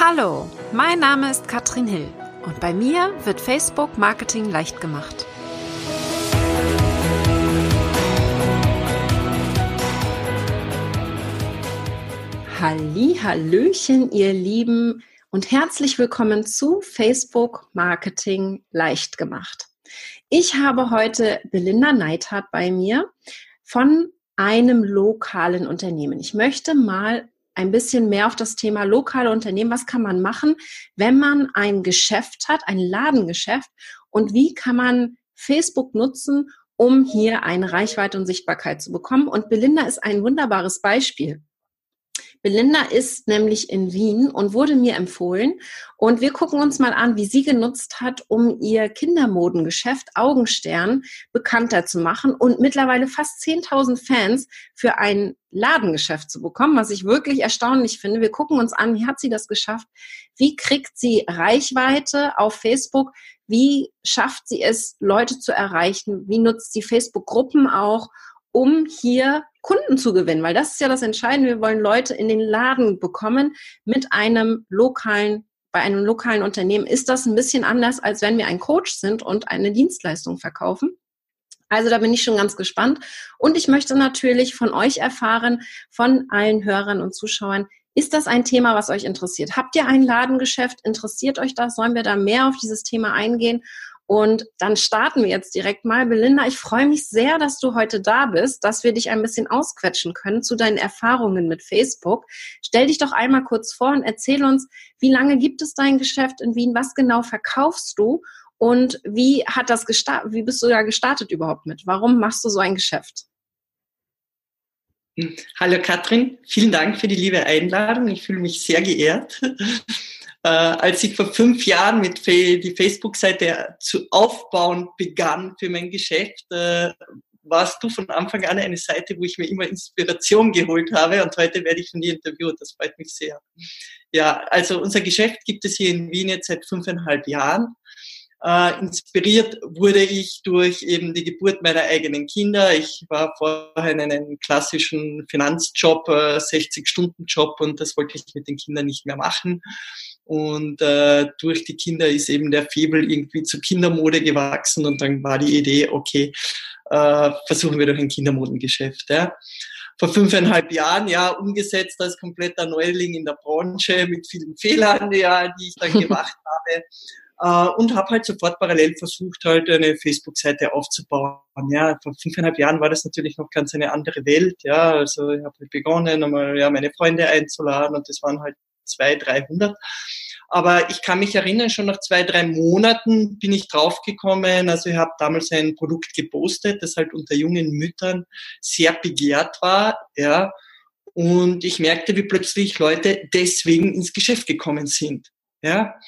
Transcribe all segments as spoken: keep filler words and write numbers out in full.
Hallo, mein Name ist Katrin Hill und bei mir wird Facebook Marketing leicht gemacht. Halli, hallöchen, ihr Lieben, und herzlich willkommen zu Facebook Marketing leicht gemacht. Ich habe heute Belinda Neithardt bei mir von einem lokalen Unternehmen. Ich möchte mal ein bisschen mehr auf das Thema lokale Unternehmen. Was kann man machen, wenn man ein Geschäft hat, ein Ladengeschäft, und wie kann man Facebook nutzen, um hier eine Reichweite und Sichtbarkeit zu bekommen? Und Belinda ist ein wunderbares Beispiel. Belinda ist nämlich in Wien und wurde mir empfohlen. Und wir gucken uns mal an, wie sie genutzt hat, um ihr Kindermodengeschäft Augenstern bekannter zu machen und mittlerweile fast zehntausend Fans für ein Ladengeschäft zu bekommen, was ich wirklich erstaunlich finde. Wir gucken uns an, wie hat sie das geschafft? Wie kriegt sie Reichweite auf Facebook? Wie schafft sie es, Leute zu erreichen? Wie nutzt sie Facebook-Gruppen auch, um hier Kunden zu gewinnen? Weil das ist ja das Entscheidende. Wir wollen Leute in den Laden bekommen mit einem lokalen, bei einem lokalen Unternehmen ist das ein bisschen anders, als wenn wir ein Coach sind und eine Dienstleistung verkaufen. Also da bin ich schon ganz gespannt. Und ich möchte natürlich von euch erfahren, von allen Hörern und Zuschauern, ist das ein Thema, was euch interessiert? Habt ihr ein Ladengeschäft? Interessiert euch das? Sollen wir da mehr auf dieses Thema eingehen? Und dann starten wir jetzt direkt mal. Belinda, ich freue mich sehr, dass du heute da bist, dass wir dich ein bisschen ausquetschen können zu deinen Erfahrungen mit Facebook. Stell dich doch einmal kurz vor und erzähl uns, wie lange gibt es dein Geschäft in Wien? Was genau verkaufst du? Und wie hat das gestartet? Wie bist du da gestartet überhaupt mit? Warum machst du so ein Geschäft? Hallo Katrin, vielen Dank für die liebe Einladung. Ich fühle mich sehr geehrt. Äh, als ich vor fünf Jahren mit Fe- die Facebook-Seite zu aufbauen begann für mein Geschäft, äh, warst du von Anfang an eine Seite, wo ich mir immer Inspiration geholt habe, und heute werde ich von dir interviewt. Das freut mich sehr. Ja, also unser Geschäft gibt es hier in Wien jetzt seit fünfeinhalb Jahren. Äh, inspiriert wurde ich durch eben die Geburt meiner eigenen Kinder. Ich war vorher in einem klassischen Finanzjob, äh, sechzig-Stunden-Job, und das wollte ich mit den Kindern nicht mehr machen. Und äh, durch die Kinder ist eben der Faible irgendwie zur Kindermode gewachsen, und dann war die Idee, okay, äh, versuchen wir doch ein Kindermodengeschäft. Ja. Vor fünfeinhalb Jahren, ja, umgesetzt als kompletter Neuling in der Branche mit vielen Fehlern, ja, die ich dann gemacht habe. Uh, und habe halt sofort parallel versucht, halt eine Facebook-Seite aufzubauen. Ja, vor fünfeinhalb Jahren war das natürlich noch ganz eine andere Welt. Ja, also ich habe halt begonnen, einmal ja meine Freunde einzuladen, und das waren halt zweihundert, dreihundert. Aber ich kann mich erinnern, schon nach zwei, drei Monaten bin ich draufgekommen. Also ich habe damals ein Produkt gepostet, das halt unter jungen Müttern sehr begehrt war. Ja, und ich merkte, wie plötzlich Leute deswegen ins Geschäft gekommen sind. Ja.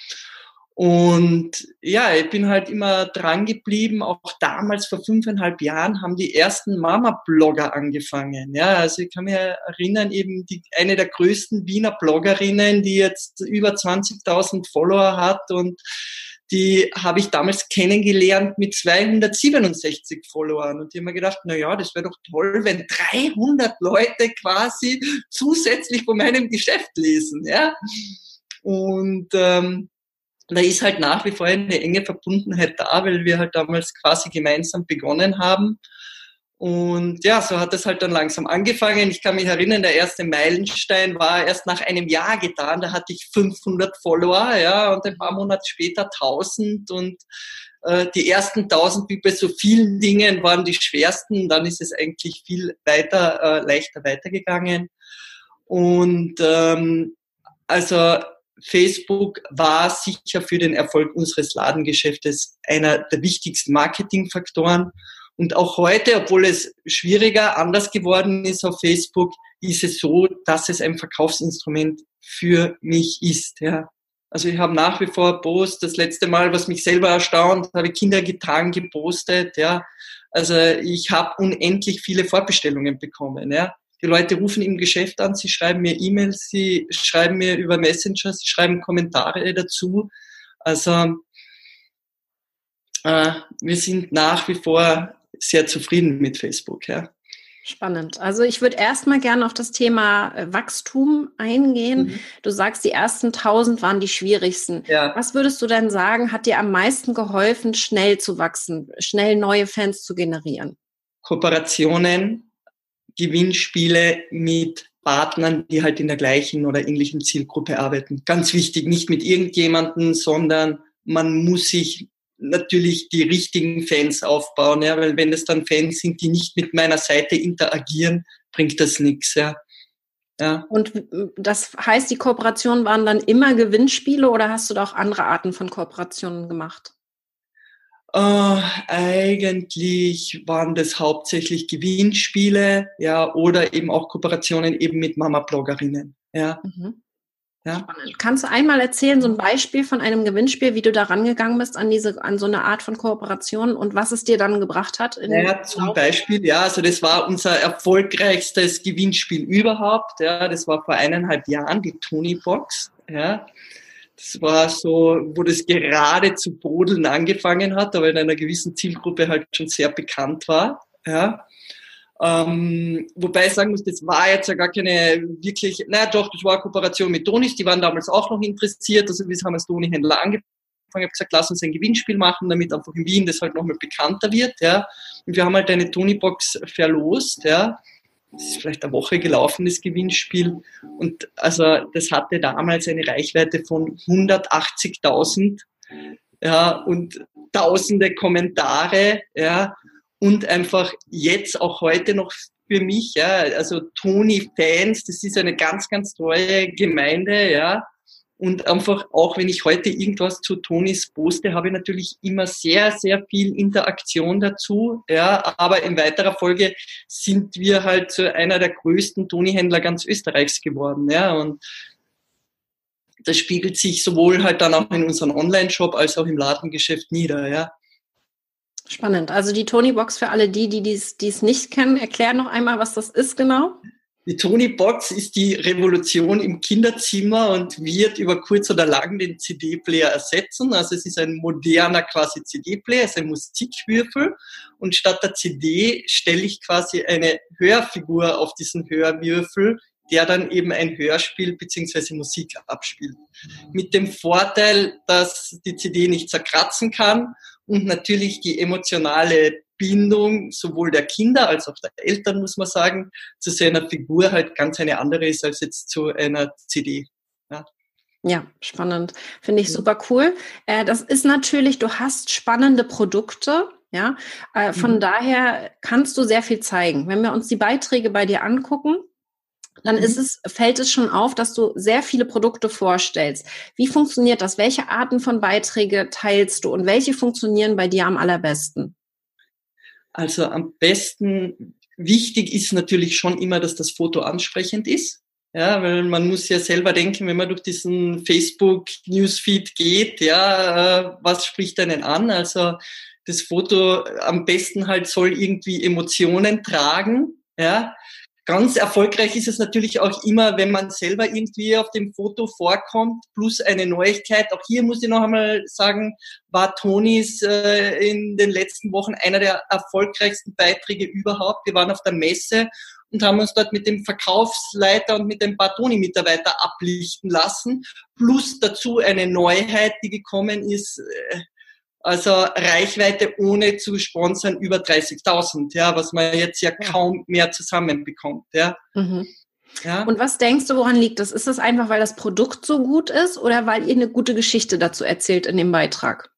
Und ja, ich bin halt immer dran geblieben. Auch damals vor fünfeinhalb Jahren haben die ersten Mama-Blogger angefangen. Ja, also ich kann mich erinnern, eben die, eine der größten Wiener Bloggerinnen, die jetzt über zwanzigtausend Follower hat, und die habe ich damals kennengelernt mit zweihundertsiebenundsechzig Followern. Und ich habe mir gedacht, na ja, das wäre doch toll, wenn dreihundert Leute quasi zusätzlich von meinem Geschäft lesen. Ja, und ähm, da ist halt nach wie vor eine enge Verbundenheit da, weil wir halt damals quasi gemeinsam begonnen haben. Und ja, so hat es halt dann langsam angefangen. Ich kann mich erinnern, der erste Meilenstein war erst nach einem Jahr getan. Da hatte ich fünfhundert Follower, ja, und ein paar Monate später tausend. Und äh, die ersten tausend, wie bei so vielen Dingen, waren die schwersten. Dann ist es eigentlich viel weiter, äh, leichter weitergegangen. Und ähm, also Facebook war sicher für den Erfolg unseres Ladengeschäftes einer der wichtigsten Marketingfaktoren. Und auch heute, obwohl es schwieriger, anders geworden ist auf Facebook, ist es so, dass es ein Verkaufsinstrument für mich ist. Ja. Also ich habe nach wie vor Post. Das letzte Mal, was mich selber erstaunt, habe ich Kinder getan gepostet. Ja. Also ich habe unendlich viele Vorbestellungen bekommen. Ja. Die Leute rufen im Geschäft an, sie schreiben mir E-Mails, sie schreiben mir über Messenger, sie schreiben Kommentare dazu. Also äh, wir sind nach wie vor sehr zufrieden mit Facebook. Ja. Spannend. Also ich würde erstmal gerne auf das Thema äh, Wachstum eingehen. Mhm. Du sagst, die ersten tausend waren die schwierigsten. Ja. Was würdest du denn sagen, hat dir am meisten geholfen, schnell zu wachsen, schnell neue Fans zu generieren? Kooperationen, Gewinnspiele mit Partnern, die halt in der gleichen oder ähnlichen Zielgruppe arbeiten. Ganz wichtig, nicht mit irgendjemandem, sondern man muss sich natürlich die richtigen Fans aufbauen, ja, weil wenn das dann Fans sind, die nicht mit meiner Seite interagieren, bringt das nichts, ja. Ja. Und das heißt, die Kooperationen waren dann immer Gewinnspiele oder hast du da auch andere Arten von Kooperationen gemacht? Äh, eigentlich waren das hauptsächlich Gewinnspiele, ja, oder eben auch Kooperationen eben mit Mama-Bloggerinnen, ja. Mhm. Ja. Spannend. Kannst du einmal erzählen, so ein Beispiel von einem Gewinnspiel, wie du da rangegangen bist an diese, an so eine Art von Kooperation und was es dir dann gebracht hat? In ja, zum Beispiel, ja, also das war unser erfolgreichstes Gewinnspiel überhaupt, ja, das war vor eineinhalb Jahren die Tony-Box, ja. Das war so, wo das gerade zu brodeln angefangen hat, aber in einer gewissen Zielgruppe halt schon sehr bekannt war, ja. Ähm, wobei ich sagen muss, das war jetzt ja gar keine wirklich, naja doch, das war eine Kooperation mit Tonis, die waren damals auch noch interessiert, also wir haben als Toni-Händler angefangen, ich habe gesagt, lass uns ein Gewinnspiel machen, damit einfach in Wien das halt nochmal bekannter wird, ja, und wir haben halt eine Tony-Box verlost, ja, das ist vielleicht eine Woche gelaufen, das Gewinnspiel, und also das hatte damals eine Reichweite von hundertachtzigtausend, ja, und tausende Kommentare, ja, und einfach jetzt auch heute noch für mich, ja, also Toni-Fans, das ist eine ganz, ganz treue Gemeinde, ja. Und einfach auch, wenn ich heute irgendwas zu Tonis poste, habe ich natürlich immer sehr, sehr viel Interaktion dazu, ja. Aber in weiterer Folge sind wir halt zu einer der größten Toni-Händler ganz Österreichs geworden, ja. Und das spiegelt sich sowohl halt dann auch in unserem Online-Shop als auch im Ladengeschäft nieder, ja. Spannend. Also die Tony-Box für alle die, die es nicht kennen, erklär noch einmal, was das ist genau. Die Tony-Box ist die Revolution im Kinderzimmer und wird über kurz oder lang den C D-Player ersetzen. Also es ist ein moderner quasi C D-Player, es ist ein Musikwürfel und statt der C D stelle ich quasi eine Hörfigur auf diesen Hörwürfel, der dann eben ein Hörspiel bzw. Musik abspielt. Mit dem Vorteil, dass die C D nicht zerkratzen kann und natürlich die emotionale Bindung sowohl der Kinder als auch der Eltern, muss man sagen, zu so einer Figur halt ganz eine andere ist als jetzt zu einer C D. Ja, ja, spannend. Finde ich super cool. Äh, das ist natürlich, du hast spannende Produkte. Ja, äh, von mhm. daher kannst du sehr viel zeigen. Wenn wir uns die Beiträge bei dir angucken, dann mhm. ist es, fällt es schon auf, dass du sehr viele Produkte vorstellst. Wie funktioniert das? Welche Arten von Beiträge teilst du und welche funktionieren bei dir am allerbesten? Also am besten, wichtig ist natürlich schon immer, dass das Foto ansprechend ist. Ja, weil man muss ja selber denken, wenn man durch diesen Facebook-Newsfeed geht, ja, was spricht einen an? Also das Foto am besten halt soll irgendwie Emotionen tragen, ja. Ganz erfolgreich ist es natürlich auch immer, wenn man selber irgendwie auf dem Foto vorkommt, plus eine Neuigkeit. Auch hier muss ich noch einmal sagen, war Tonis äh, in den letzten Wochen einer der erfolgreichsten Beiträge überhaupt. Wir waren auf der Messe und haben uns dort mit dem Verkaufsleiter und mit dem paar Toni-Mitarbeiter ablichten lassen. Plus dazu eine Neuheit, die gekommen ist, äh, also Reichweite ohne zu sponsern über dreißigtausend, ja, was man jetzt ja kaum mehr zusammenbekommt, ja. Mhm. Ja. Und was denkst du, woran liegt das? Ist das einfach, weil das Produkt so gut ist oder weil ihr eine gute Geschichte dazu erzählt in dem Beitrag?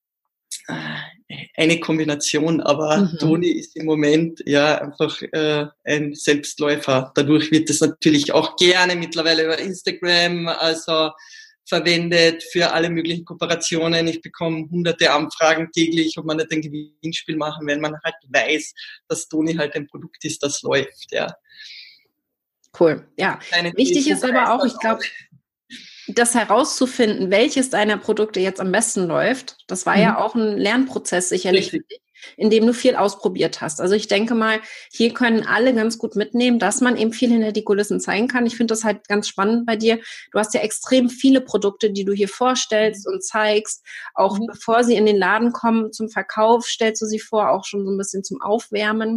Eine Kombination, aber mhm. Toni ist im Moment ja einfach äh, ein Selbstläufer. Dadurch wird es natürlich auch gerne mittlerweile über Instagram, also verwendet für alle möglichen Kooperationen. Ich bekomme hunderte Anfragen täglich, ob man nicht ein Gewinnspiel machen, wenn man halt weiß, dass Toni halt ein Produkt ist, das läuft, ja. Cool, ja. Eine Wichtig ist aber auch, ich glaube, das herauszufinden, welches deiner Produkte jetzt am besten läuft, das war mhm. ja auch ein Lernprozess sicherlich für dich, in dem du viel ausprobiert hast. Also ich denke mal, hier können alle ganz gut mitnehmen, dass man eben viel hinter die Kulissen zeigen kann. Ich finde das halt ganz spannend bei dir. Du hast ja extrem viele Produkte, die du hier vorstellst und zeigst. Auch mhm. bevor sie in den Laden kommen zum Verkauf, stellst du sie vor, auch schon so ein bisschen zum Aufwärmen.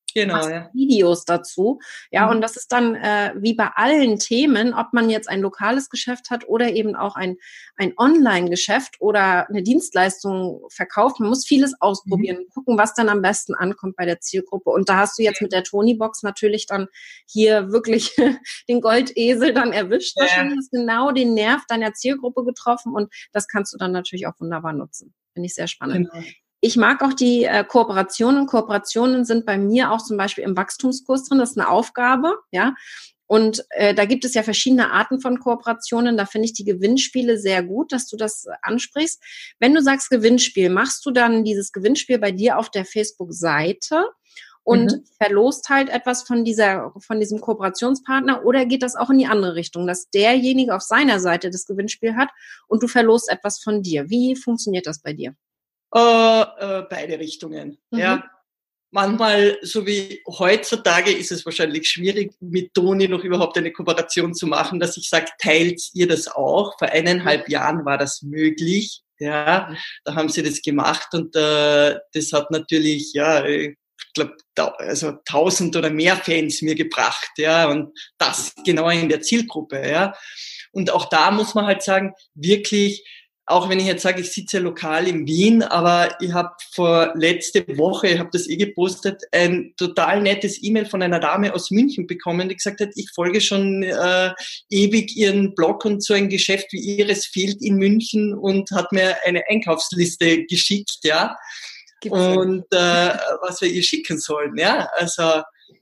Genau, ja. Videos dazu. Ja, Mhm. und das ist dann äh, wie bei allen Themen, ob man jetzt ein lokales Geschäft hat oder eben auch ein, ein Online-Geschäft oder eine Dienstleistung verkauft. Man muss vieles ausprobieren, Mhm. gucken, was dann am besten ankommt bei der Zielgruppe. Und da hast du jetzt mit der Tony-Box natürlich dann hier wirklich den Goldesel dann erwischt. Ja, Wahrscheinlich hast genau den Nerv deiner Zielgruppe getroffen und das kannst du dann natürlich auch wunderbar nutzen. Finde ich sehr spannend. genau. Ich mag auch die äh, Kooperationen. Kooperationen sind bei mir auch zum Beispiel im Wachstumskurs drin. Das ist eine Aufgabe, ja. Und äh, da gibt es ja verschiedene Arten von Kooperationen. Da finde ich die Gewinnspiele sehr gut, dass du das äh, ansprichst. Wenn du sagst Gewinnspiel, machst du dann dieses Gewinnspiel bei dir auf der Facebook-Seite und Mhm. verlost halt etwas von dieser, von diesem Kooperationspartner, oder geht das auch in die andere Richtung, dass derjenige auf seiner Seite das Gewinnspiel hat und du verlost etwas von dir? Wie funktioniert das bei dir? Äh, äh, beide Richtungen. Mhm. Ja. Manchmal, so wie heutzutage, ist es wahrscheinlich schwierig, mit Toni noch überhaupt eine Kooperation zu machen, dass ich sage, teilt ihr das auch? Vor eineinhalb Jahren war das möglich. Ja, da haben sie das gemacht und äh, das hat natürlich, ja, ich glaube, also tausend oder mehr Fans mir gebracht. Ja, und das genau in der Zielgruppe. Ja, und auch da muss man halt sagen, wirklich, auch wenn ich jetzt sage, ich sitze lokal in Wien, aber ich habe vor letzte Woche, ich habe das eh gepostet, ein total nettes E-Mail von einer Dame aus München bekommen, die gesagt hat, ich folge schon äh, ewig ihren Blog und so ein Geschäft wie ihres fehlt in München und hat mir eine Einkaufsliste geschickt, ja. Gibt's ja nicht. Und äh, was wir ihr schicken sollen, ja. Also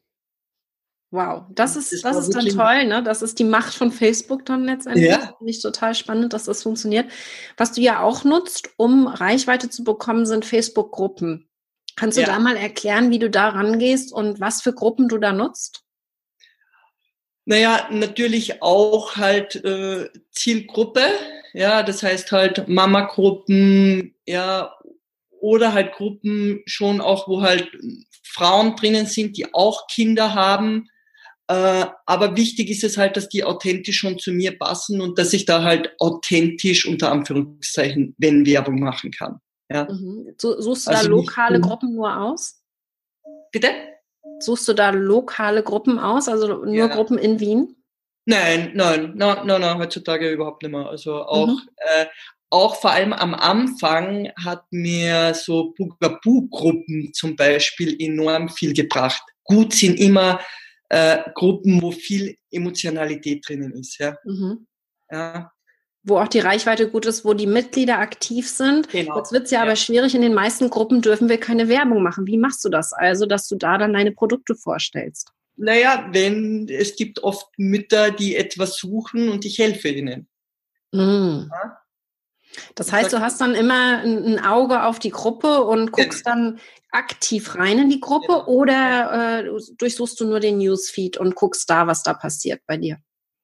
Wow, das ist, das das war ist dann wirklich, toll, ne? Das ist die Macht von Facebook dann letztendlich. ja, Finde ich total spannend, dass das funktioniert. Was du ja auch nutzt, um Reichweite zu bekommen, sind Facebook-Gruppen. Kannst du da ja. mal erklären, wie du da rangehst und was für Gruppen du da nutzt? Naja, natürlich auch halt äh, Zielgruppe, ja, das heißt halt Mama-Gruppen, ja, oder halt Gruppen schon auch, wo halt Frauen drinnen sind, die auch Kinder haben. Äh, aber wichtig ist es halt, dass die authentisch schon zu mir passen und dass ich da halt authentisch unter Anführungszeichen, wenn Werbung machen kann. Ja, Mhm. So, suchst du da also nicht, lokale Gruppen nur aus? bitte? Suchst du da lokale Gruppen aus, also nur Ja. Gruppen in Wien? Nein, nein, nein, nein, nein, heutzutage überhaupt nicht mehr. Also auch, Mhm. äh, auch vor allem am Anfang hat mir so Bugaboo-Gruppen zum Beispiel enorm viel gebracht. Gut sind immer äh, Gruppen, wo viel Emotionalität drinnen ist. Ja, Mhm. ja, Wo auch die Reichweite gut ist, wo die Mitglieder aktiv sind. Jetzt genau. wird es ja Ja. aber schwierig, in den meisten Gruppen dürfen wir keine Werbung machen. Wie machst du das also, dass du da dann deine Produkte vorstellst? Naja, wenn es gibt oft Mütter, die etwas suchen und ich helfe ihnen. Mm. Ja? Das Ich heißt, sag, du hast dann immer ein, ein Auge auf die Gruppe und genau, guckst dann aktiv rein in die Gruppe, genau. Ja. oder äh, durchsuchst du nur den Newsfeed und guckst da, was da passiert bei dir?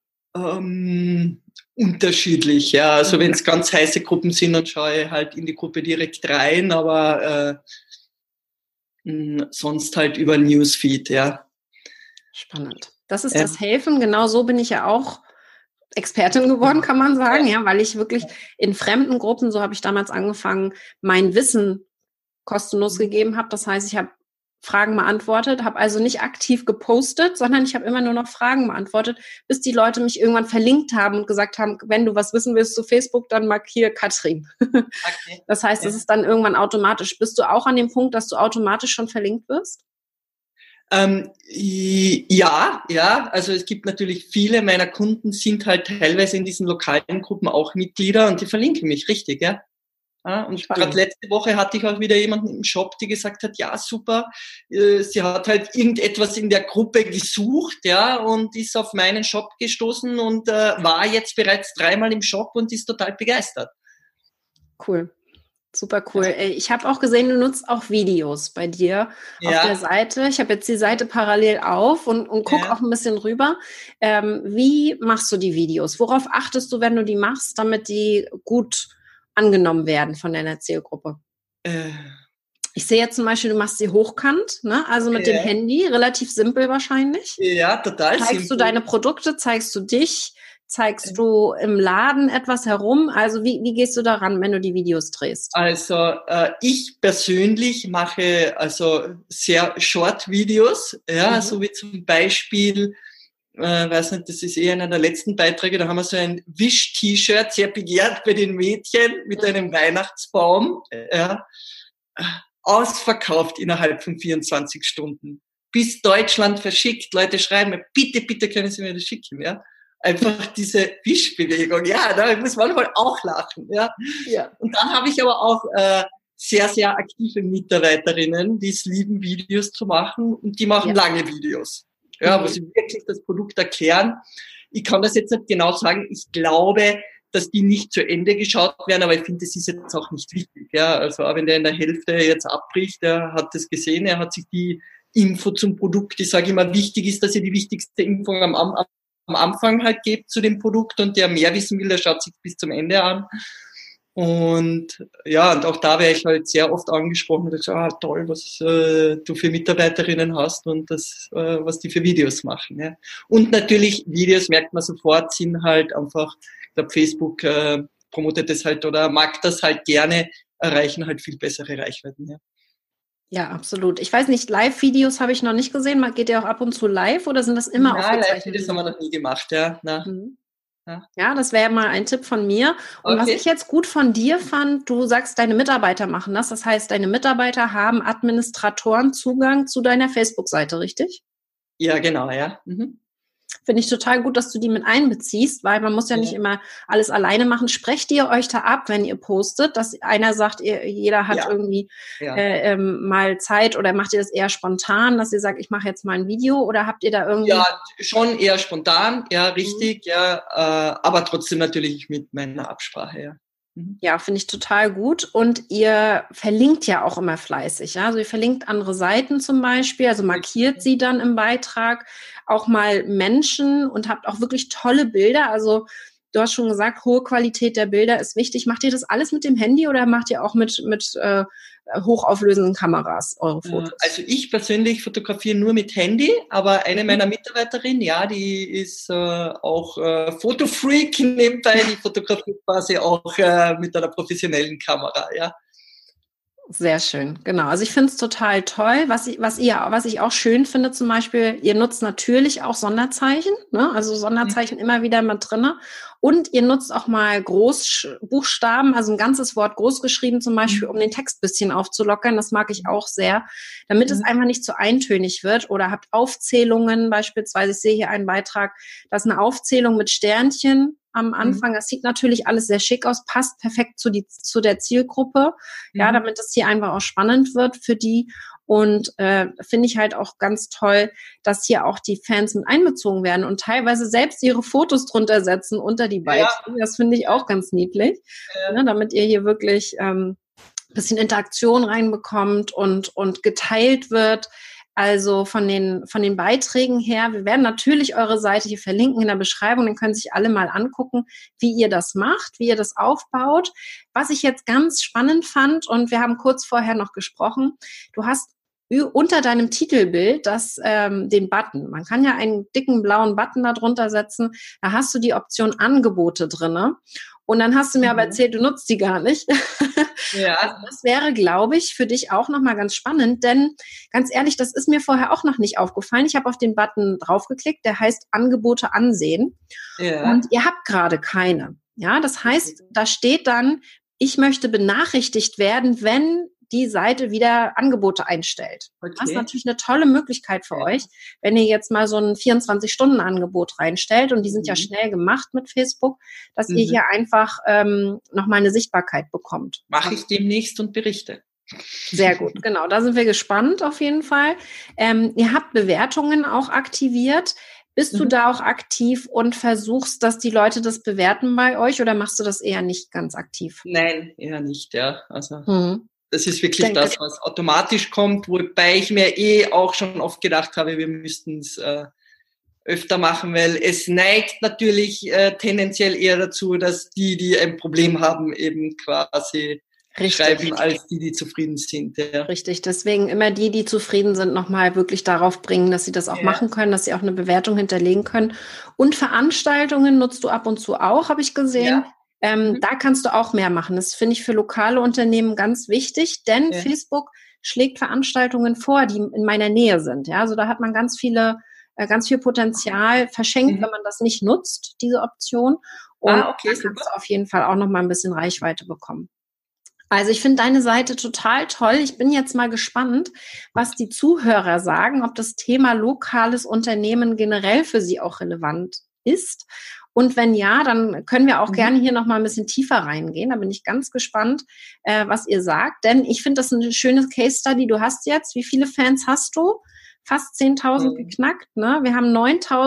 Ähm, unterschiedlich, ja. Also wenn Mhm. es ganz heiße Gruppen sind, dann schaue ich halt in die Gruppe direkt rein, aber äh, mh, sonst halt über Newsfeed, ja. Spannend. Das ist Ja, das Helfen. Genau so bin ich ja auch Expertin geworden, kann man sagen, ja. ja, weil ich wirklich in fremden Gruppen, so habe ich damals angefangen, mein Wissen kostenlos Mhm. gegeben habe. Das heißt, ich habe Fragen beantwortet, habe also nicht aktiv gepostet, sondern ich habe immer nur noch Fragen beantwortet, bis die Leute mich irgendwann verlinkt haben und gesagt haben, wenn du was wissen willst zu Facebook, dann markiere Katrin. Okay. Das heißt, es Ja. ist dann irgendwann automatisch. Bist du auch an dem Punkt, dass du automatisch schon verlinkt wirst? Ähm, ja, ja, also es gibt natürlich viele meiner Kunden sind halt teilweise in diesen lokalen Gruppen auch Mitglieder und die verlinken mich, richtig, ja. Ja, und gerade Spannend. letzte Woche hatte ich auch wieder jemanden im Shop, die gesagt hat, ja, super, äh, sie hat halt irgendetwas in der Gruppe gesucht, ja, und ist auf meinen Shop gestoßen und äh, war jetzt bereits dreimal im Shop und ist total begeistert. Cool. Super cool. Ja, Äh, Ich habe auch gesehen, du nutzt auch Videos bei dir auf der ja, Seite. Ich habe jetzt die Seite parallel auf und, und guck ja. auch ein bisschen rüber. Ähm, wie machst du die Videos? Worauf achtest du, wenn du die machst, damit die gut angenommen werden von deiner Zielgruppe? Äh, Ich sehe jetzt zum Beispiel, du machst sie hochkant, ne? Also mit dem ja, Handy, relativ simpel wahrscheinlich. ja, total Zeigst du simpel. deine Produkte, zeigst du dich, Zeigst du im Laden etwas herum? Also wie, wie gehst du daran, wenn du die Videos drehst? Also äh, ich persönlich mache also sehr Short-Videos, ja, mhm. so wie zum Beispiel, äh, weiß nicht, das ist eher einer der letzten Beiträge, da haben wir so ein Wish-T-Shirt, sehr begehrt bei den Mädchen, mit einem Weihnachtsbaum, ja, ausverkauft innerhalb von vierundzwanzig Stunden. Bis Deutschland verschickt, Leute schreiben mir, bitte, bitte können Sie mir das schicken, ja. Einfach diese Wischbewegung, ja, da muss man manchmal auch lachen, ja. ja. Und dann habe ich aber auch äh, sehr, sehr aktive Mitarbeiterinnen, die es lieben, Videos zu machen, und die machen ja. lange Videos, ja, mhm. wo sie wirklich das Produkt erklären. Ich kann das jetzt nicht genau sagen, ich glaube, dass die nicht zu Ende geschaut werden, aber ich finde, das ist jetzt auch nicht wichtig, ja. Also auch wenn der in der Hälfte jetzt abbricht, der hat das gesehen, er hat sich die Info zum Produkt, ich sage immer, wichtig ist, dass ihr die wichtigste Info am, am am Anfang halt gebt zu dem Produkt, und der mehr wissen will, der schaut sich bis zum Ende an. Und ja, und auch da wäre ich halt sehr oft angesprochen und gesagt, ah, toll, was äh, du für Mitarbeiterinnen hast und das, äh, was die für Videos machen. Ja. Und natürlich, Videos, merkt man sofort, sind halt einfach, ich glaube, Facebook äh, promotet das halt oder mag das halt gerne, erreichen halt viel bessere Reichweiten. Ja. Ja, absolut. Ich weiß nicht, Live-Videos habe ich noch nicht gesehen. Geht ihr auch ab und zu live oder sind das immer aufgezeichnete? Ja, Live-Videos haben wir noch nie gemacht, ja. Na. Mhm. Ja. ja, das wäre mal ein Tipp von mir. Und okay. was ich jetzt gut von dir fand, du sagst, deine Mitarbeiter machen das. Das heißt, deine Mitarbeiter haben Administratorenzugang zu deiner Facebook-Seite, richtig? Ja, genau, ja. Mhm. Finde ich total gut, dass du die mit einbeziehst, weil man muss ja, ja nicht immer alles alleine machen. Sprecht ihr euch da ab, wenn ihr postet, dass einer sagt, ihr, jeder hat ja. irgendwie ja. Äh, ähm, mal Zeit, oder macht ihr das eher spontan, dass ihr sagt, ich mache jetzt mal ein Video, oder habt ihr da irgendwie... Ja, schon eher spontan, ja, richtig, mhm. ja, äh, aber trotzdem natürlich mit meiner Absprache, ja. Ja, finde ich total gut. Und ihr verlinkt ja auch immer fleißig. Ja? Also ihr verlinkt andere Seiten zum Beispiel, also markiert sie dann im Beitrag, auch mal Menschen, und habt auch wirklich tolle Bilder. Also du hast schon gesagt, hohe Qualität der Bilder ist wichtig. Macht ihr das alles mit dem Handy oder macht ihr auch mit, mit äh, hochauflösenden Kameras eure Fotos? Also ich persönlich fotografiere nur mit Handy, aber eine meiner Mitarbeiterinnen, ja, die ist äh, auch äh, Fotofreak nebenbei, die fotografiert quasi auch äh, mit einer professionellen Kamera, ja. Sehr schön, genau. Also ich finde es total toll. Was ich, was ihr, was ich auch schön finde zum Beispiel, ihr nutzt natürlich auch Sonderzeichen, ne? Also Sonderzeichen mhm. immer wieder mit drinne. Und ihr nutzt auch mal Großbuchstaben, also ein ganzes Wort groß geschrieben zum Beispiel, um den Text ein bisschen aufzulockern. Das mag ich auch sehr, damit mhm. es einfach nicht zu eintönig wird. Oder habt Aufzählungen beispielsweise. Ich sehe hier einen Beitrag, das ist eine Aufzählung mit Sternchen am Anfang. Das sieht natürlich alles sehr schick aus, passt perfekt zu, die, zu der Zielgruppe, mhm. ja, damit es hier einfach auch spannend wird für die. Und äh, finde ich halt auch ganz toll, dass hier auch die Fans mit einbezogen werden und teilweise selbst ihre Fotos drunter setzen unter die Beiträge. Ja. Das finde ich auch ganz niedlich, ja. ne, damit ihr hier wirklich ähm, ein bisschen Interaktion reinbekommt und, und geteilt wird. Also von den, von den Beiträgen her, wir werden natürlich eure Seite hier verlinken in der Beschreibung, dann können sich alle mal angucken, wie ihr das macht, wie ihr das aufbaut. Was ich jetzt ganz spannend fand, und wir haben kurz vorher noch gesprochen, du hast unter deinem Titelbild das, ähm, den Button. Man kann ja einen dicken blauen Button da drunter setzen, da hast du die Option Angebote drinne. Und dann hast du mir mhm. aber erzählt, du nutzt die gar nicht. Ja. Also das wäre, glaube ich, für dich auch nochmal ganz spannend, denn ganz ehrlich, das ist mir vorher auch noch nicht aufgefallen. Ich habe auf den Button draufgeklickt, der heißt Angebote ansehen. Ja. Und ihr habt gerade keine. Ja, das heißt, da steht dann, ich möchte benachrichtigt werden, wenn die Seite wieder Angebote einstellt. Okay. Das ist natürlich eine tolle Möglichkeit für ja. euch, wenn ihr jetzt mal so ein vierundzwanzig-Stunden-Angebot reinstellt, und die sind mhm. ja schnell gemacht mit Facebook, dass mhm. ihr hier einfach ähm, nochmal eine Sichtbarkeit bekommt. Mache ich demnächst und berichte. Sehr gut, genau. Da sind wir gespannt auf jeden Fall. Ähm, ihr habt Bewertungen auch aktiviert. Bist mhm. du da auch aktiv und versuchst, dass die Leute das bewerten bei euch, oder machst du das eher nicht ganz aktiv? Nein, eher nicht, ja. Also mhm. das ist wirklich Denke. das, was automatisch kommt, wobei ich mir eh auch schon oft gedacht habe, wir müssten es äh, öfter machen, weil es neigt natürlich äh, tendenziell eher dazu, dass die, die ein Problem haben, eben quasi Richtig. schreiben, als die, die zufrieden sind. Ja. Richtig, deswegen immer die, die zufrieden sind, nochmal wirklich darauf bringen, dass sie das auch ja. machen können, dass sie auch eine Bewertung hinterlegen können. Und Veranstaltungen nutzt du ab und zu auch, habe ich gesehen. Ja. Ähm, mhm. Da kannst du auch mehr machen. Das finde ich für lokale Unternehmen ganz wichtig, denn ja. Facebook schlägt Veranstaltungen vor, die in meiner Nähe sind. Ja, also da hat man ganz viele, äh, ganz viel Potenzial verschenkt, mhm. wenn man das nicht nutzt, diese Option. Und ah, okay, da kannst super. Du auf jeden Fall auch noch mal ein bisschen Reichweite bekommen. Also ich finde deine Seite total toll. Ich bin jetzt mal gespannt, was die Zuhörer sagen, ob das Thema lokales Unternehmen generell für sie auch relevant ist. Und wenn ja, dann können wir auch mhm. gerne hier noch mal ein bisschen tiefer reingehen. Da bin ich ganz gespannt, äh, was ihr sagt. Denn ich finde das eine schöne Case Study. Du hast jetzt, wie viele Fans hast du? Fast zehntausend mhm. geknackt. Ne? Wir haben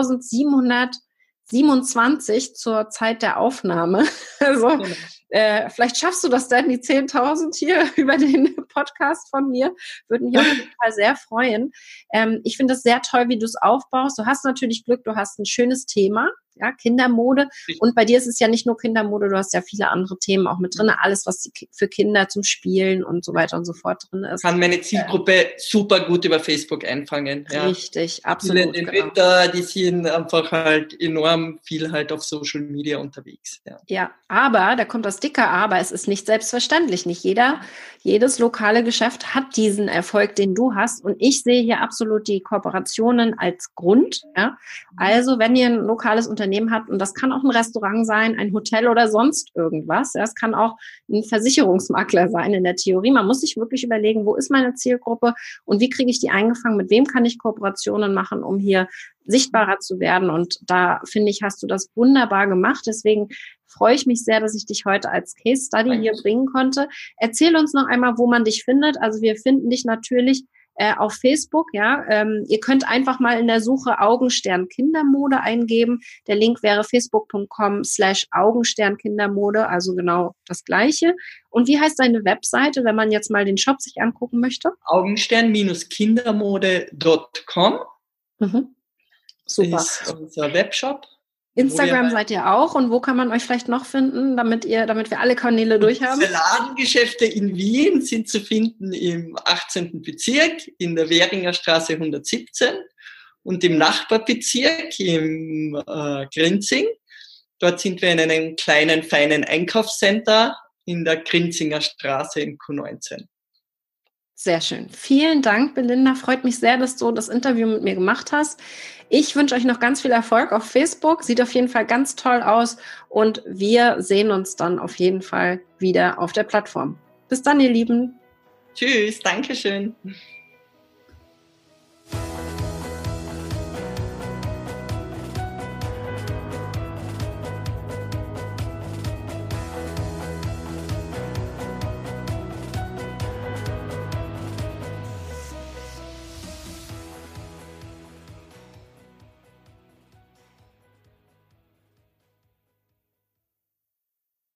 neuntausendsiebenhundertsiebenundzwanzig zur Zeit der Aufnahme. Also genau. äh, vielleicht schaffst du das dann, die zehntausend hier über den Podcast von mir. Würde mich auf jeden Fall sehr freuen. Ähm, ich finde das sehr toll, wie du es aufbaust. Du hast natürlich Glück, du hast ein schönes Thema. Ja, Kindermode. Und bei dir ist es ja nicht nur Kindermode, du hast ja viele andere Themen auch mit drin. Alles, was für Kinder zum Spielen und so weiter und so fort drin ist. Kann meine Zielgruppe super gut über Facebook einfangen. Ja. Richtig, absolut. Die Mütter, genau. die sind einfach halt enorm viel halt auf Social Media unterwegs. Ja. ja, aber, da kommt das dicke Aber, es ist nicht selbstverständlich. Nicht jeder, jedes lokale Geschäft hat diesen Erfolg, den du hast. Und ich sehe hier absolut die Kooperationen als Grund. Ja. Also, wenn ihr ein lokales Unternehmen hat, und das kann auch ein Restaurant sein, ein Hotel oder sonst irgendwas. Es kann auch ein Versicherungsmakler sein in der Theorie. Man muss sich wirklich überlegen, wo ist meine Zielgruppe und wie kriege ich die eingefangen, mit wem kann ich Kooperationen machen, um hier sichtbarer zu werden. Und da, finde ich, hast du das wunderbar gemacht. Deswegen freue ich mich sehr, dass ich dich heute als Case Study hier bringen konnte. Erzähl uns noch einmal, wo man dich findet. Also wir finden dich natürlich Äh, auf Facebook, ja. Ähm, ihr könnt einfach mal in der Suche Augenstern Kindermode eingeben. Der Link wäre facebook.com slash Augenstern Kindermode, also genau das Gleiche. Und wie heißt deine Webseite, wenn man jetzt mal den Shop sich angucken möchte? Augenstern Kindermode Punkt com Mhm. Super. Ist unser Webshop. Instagram seid ihr auch, und wo kann man euch vielleicht noch finden, damit ihr, damit wir alle Kanäle durchhaben? Unsere Ladengeschäfte in Wien sind zu finden im achtzehnten Bezirk in der Währinger Straße hundertsiebzehn und im Nachbarbezirk im äh, Grinzing. Dort sind wir in einem kleinen, feinen Einkaufscenter in der Grinzinger Straße in Q neunzehn. Sehr schön. Vielen Dank, Belinda. Freut mich sehr, dass du das Interview mit mir gemacht hast. Ich wünsche euch noch ganz viel Erfolg auf Facebook. Sieht auf jeden Fall ganz toll aus. Und wir sehen uns dann auf jeden Fall wieder auf der Plattform. Bis dann, ihr Lieben. Tschüss. Dankeschön.